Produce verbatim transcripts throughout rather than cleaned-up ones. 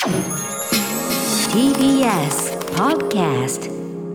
ティービーエス Podcast。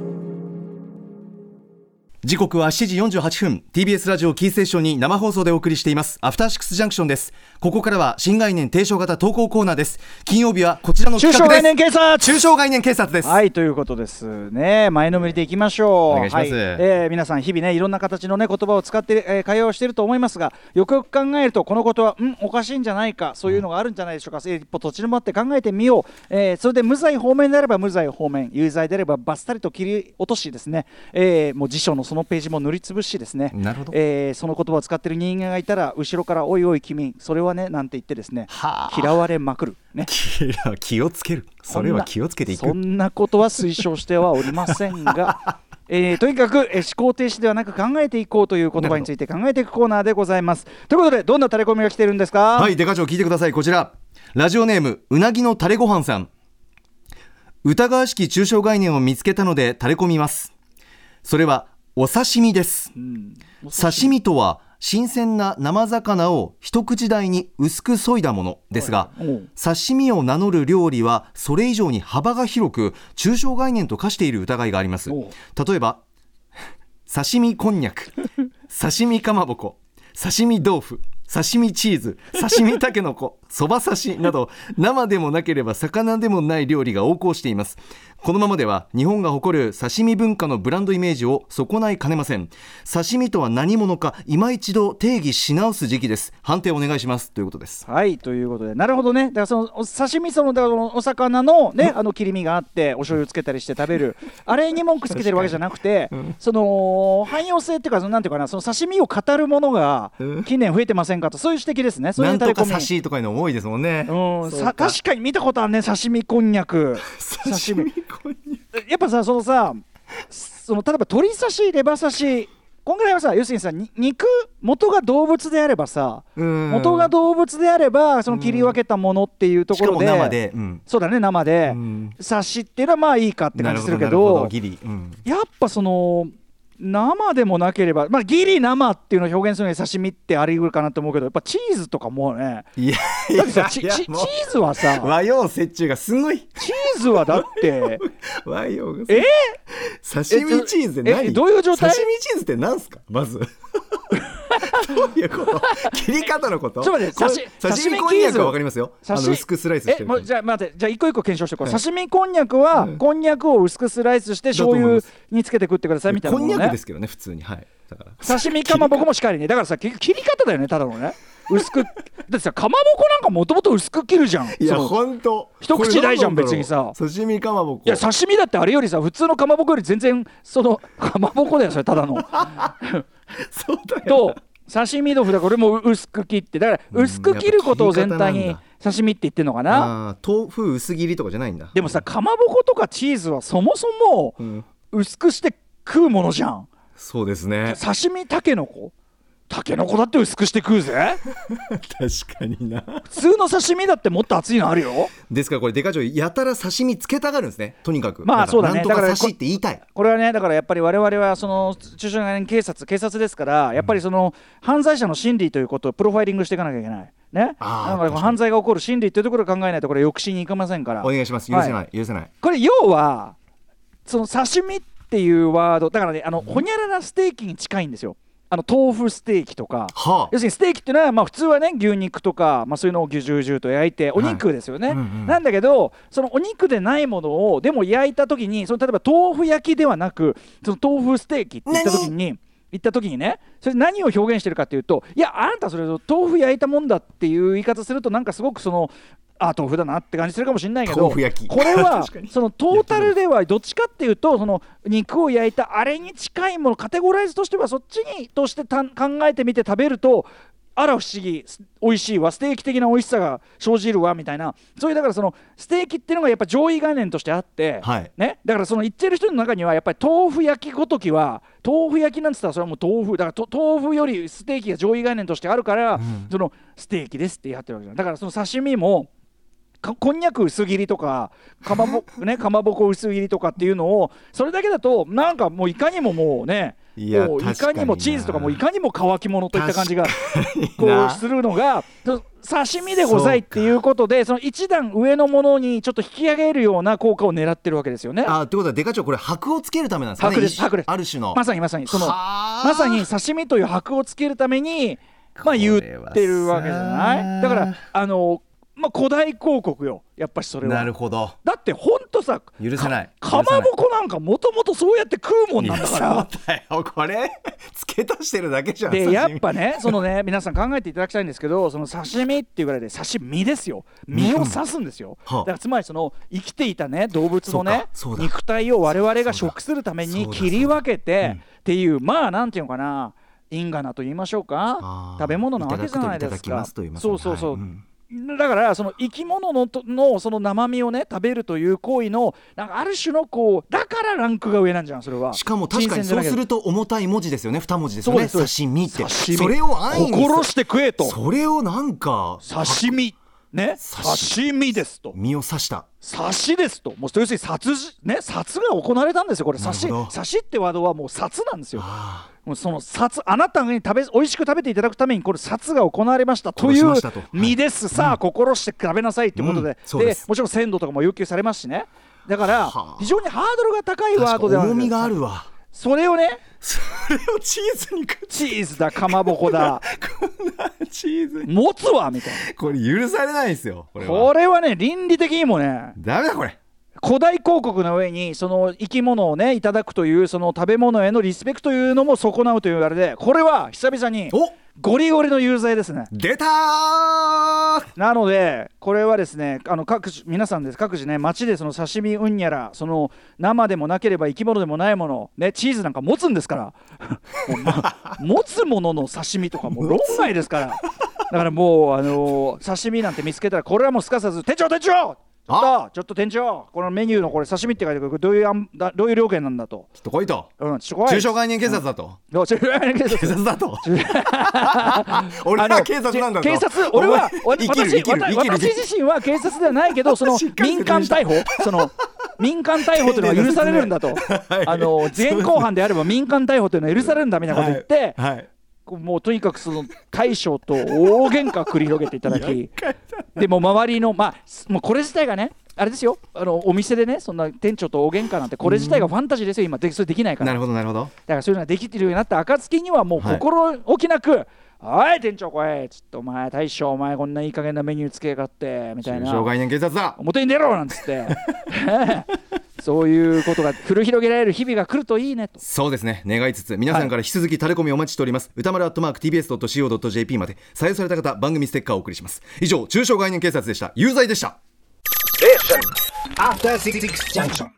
時刻はしちじよんじゅうはっぷん。 ティービーエス ラジオキーステーションに生放送でお送りしていますアフターシックスジャンクションです。ここからは新概念提唱型投稿コーナーです。金曜日はこちらの企画です。 中小概念警察中小概念警察です。 はいということですね。前のめりでいきましょう。 お願いします。 はい、えー、皆さん日々ねいろんな形のね言葉を使って、えー、会話をしていると思いますが、よくよく考えるとこのことはんおかしいんじゃないか、そういうのがあるんじゃないでしょうか。一歩立ち止まって考えてみよう、えー、それで無罪方面であれば無罪方面、有罪であればバッサリと切り落としですね、えー、もう辞書のそのページも塗りつぶしですね。 なるほど。 えー、その言葉を使っている人間がいたら後ろからおいおい君それはねなんて言ってですね嫌われまくるね。 気をつける。それは気をつけていく。 そんなことは推奨してはおりませんがえー、とにかく、えー、思考停止ではなく考えていこうという言葉について考えていくコーナーでございます。ということでどんなタレコミが来ているんですか。 はい、デカ長聞いてください。こちらラジオネームうなぎのタレごはんさん。疑わしき抽象概念を見つけたのでタレコみます。それはお刺身です、うん、刺身とは新鮮な生魚を一口大に薄く削いだものですが、刺身を名乗る料理はそれ以上に幅が広く抽象概念と化している疑いがあります。例えば刺身こんにゃく、刺身かまぼこ、刺身豆腐、刺身チーズ、刺身たけのこ、そば刺しなど生でもなければ魚でもない料理が横行しています。このままでは日本が誇る刺身文化のブランドイメージを損ないかねません。刺身とは何者か今一度定義し直す時期です。判定お願いしますということです。 はいということで、なるほどね。だからそのお刺身そのだからお魚のねあの切り身があってお醤油つけたりして食べるあれに文句つけてるわけじゃなくて、うん、その汎用性っていうかそのなんていうかな、その刺身を語るものが近年増えてませんかと、そういう指摘ですね。そういうタレコミなんとか刺しとかいうの多いですもんね。 うん、さ確かに見たことあるね。刺身こんにゃく刺身やっぱさそのさその例えば鶏刺しレバ刺しこんぐらいはさ要するにさ肉元が動物であればさ元が動物であればその切り分けたものっていうところで、 しかも生で、うん、 そうだね生で刺しっていうのはまあいいかって感じするけど、 ギリ、うん、 やっぱその生でもなければ、まあ、ギリ生っていうのを表現するのに刺身ってあり得るかなと思うけど、やっぱチーズとかもね、 いやいだってさチ、チ、チーズはさ和洋折衷がすごい。 チーズはだって和洋がえ刺身チーズって何？ えどういう状態？ 刺身チーズって何すかまずどういうこと切り方のこと？ ちょっと待って、 刺身こんにゃくは分かりますよ。あの薄くスライスしてる。 えじゃあ待って、じゃあ一個一個検証してこう、はい、刺身こんにゃくは、うん、こんにゃくを薄くスライスして醤油につけて食ってくださいみたいなものね。 こんにゃくですけどね普通に、はい、だから刺身かまぼこもしっかりね。だからさ切り方だよねただのね薄くだってさかまぼこなんかもともと薄く切るじゃん。 いやほんと一口大じゃん別にさ。 刺身かまぼこ、 いや刺身だってあれよりさ普通のかまぼこより全然そのかまぼこだよそれただのそうだよと刺身豆腐だからこれも薄く切って、だから薄く切ることを全体に刺身って言ってんのかな。 あ豆腐薄切りとかじゃないんだ。 でもさかまぼことかチーズはそもそも薄くして食うものじゃん、うん、 そうですね。 刺身たけのこたけのこだって薄くして食うぜ確かにな。 普通の刺身だってもっと厚いのあるよ。 ですからこれデカ長やたら刺身つけたがるんですね。とにかくまあそうだね。 なんとか刺しって言いたい。 これはねだからやっぱり我々はその中小概念警察警察ですから、やっぱりその犯罪者の心理ということをプロファイリングしていかなきゃいけないね。だから犯罪が起こる心理というところを考えないとこれ抑止にいかませんから。 お願いします。許せない、はい、許せない。 これ要はその刺身っていうワードだからね、あのほにゃららステーキに近いんですよ。あの豆腐ステーキとか、はあ、要するにステーキっていうのはまあ普通はね牛肉とか、まあ、そういうのをぎゅじゅうじゅうと焼いてお肉ですよね、はいうんうん、なんだけどそのお肉でないものをでも焼いた時にその例えば豆腐焼きではなくその豆腐ステーキって言った時に言った時にねそれ何を表現してるかっていうと、いやあなたそれ豆腐焼いたもんだっていう言い方するとなんかすごくそのあ豆腐だなって感じするかもしれないけど、これはそのトータルではどっちかっていうとその肉を焼いたあれに近いものカテゴライズとしてはそっちにとしてた考えてみて食べるとあら不思議美味しいわステーキ的な美味しさが生じるわみたいな、そういうだからそのステーキっていうのがやっぱ上位概念としてあって、はいね、だからその言ってる人の中にはやっぱり豆腐焼きごときは豆腐焼きなんつったらそれはもう豆腐だから豆腐よりステーキが上位概念としてあるから、うん、そのステーキですってやってるわけじゃん。だからその刺身もこんにゃく薄切りとかかまぼ、ね、かまぼこ薄切りとかっていうのをそれだけだとなんかもういかにももうねいやもういかにもチーズとかもいかにも乾き物といった感じがこうするのが刺身でございっていうことで、その一段上のものにちょっと引き上げるような効果を狙ってるわけですよね。 あってことはデカ長これ箔をつけるためなんですかね。 箔です箔です。 ある種のまさにまさにそのまさに刺身という箔をつけるためにまあ言ってるわけじゃない。だからあのまあ、古代広告よやっぱしそれは。 なるほど。 だってほんとさ許せないかまぼこなんかもともとそうやって食うもんなんだから。 そうだよこれ付け足してるだけじゃん。 でやっぱねそのね皆さん考えていただきたいんですけど、その刺身っていうぐらいで刺身ですよ。身を刺すんですよ、うん、だからつまりその生きていたね動物のね肉体を我々が食するために切り分けてっていう、うん、まあなんていうのかな因果なと言いましょうか、食べ物なわけじゃないですか。そうそうそう、はいうんだからその生き物 の, のその生身をね食べるという行為のなんかある種のこうだからランクが上なんじゃんそれは。しかも確かにそうすると重たい文字ですよね。二文字ですよね。刺身って刺身それを安易に心して食えと。 それをなんか刺身ね刺身ですと身を刺した刺しですともう要するに殺ね殺が行われたんですよこれ。刺し刺しってワードはもう殺なんですよ。もうその殺あなたに食べ美味しく食べていただくためにこれ殺が行われましたという身です、はい、さあ、うん、心して食べなさいってことで、うん、で, でもちろん鮮度とかも要求されますしね。だから非常にハードルが高いワードではあるんです。 重みがあるわ。 それをねそれをチーズに食っチーズだかまぼこだこんなチーズに持つわみたいな。 これ許されないですよこれは。 これはね倫理的にもねダメだこれ。 古代広告の上にその生き物をねいただくというその食べ物へのリスペクトというのも損なうというあれで、これは久々にゴリゴリの有罪ですね。 出たー。 なのでこれはですねあの各自皆さんです各自ね街でその刺身うんやらその生でもなければ生き物でもないものねチーズなんか持つんですから持つものの刺身とかもう論外ですから。だからもうあのー、刺身なんて見つけたらこれはもうすかさず店長店長ちょっとちょっと店長このメニューのこれ刺身って書いてあるどういうあんだどういう料金なんだと。 ちょっと来いと、 うん、ちょっと来い。 中小概念警察だと、 うん、中小概念警察警察だと俺は警察なんだと。 警察俺は私私自身は警察ではないけどその民間逮捕その民間逮捕というのは許されるんだとあの現行犯であれば民間逮捕というのは許されるんだみたいなこと言って、はいはいもうとにかくその大将と大喧嘩繰り広げていただきでも周りのまあもうこれ自体がねあれですよあのお店でねそんな店長と大喧嘩なんてこれ自体がファンタジーですよ今でそれできないから。 なるほどなるほど。 だからそういうのができてるようになった暁にはもう心置きなく、はいおい店長来いちょっとお前大将お前こんないい加減なメニューつけやがってみたいな中小概念警察だ表に出ろなんつってそういうことが繰り広げられる日々が来るといいねと。 そうですね願いつつ皆さんから引き続きタレコミお待ちしております、はい、歌丸アットマーク ティービーエスドットシーオードットジェーピー まで採用された方番組ステッカーをお送りします。以上中小概念警察でした。有罪でした。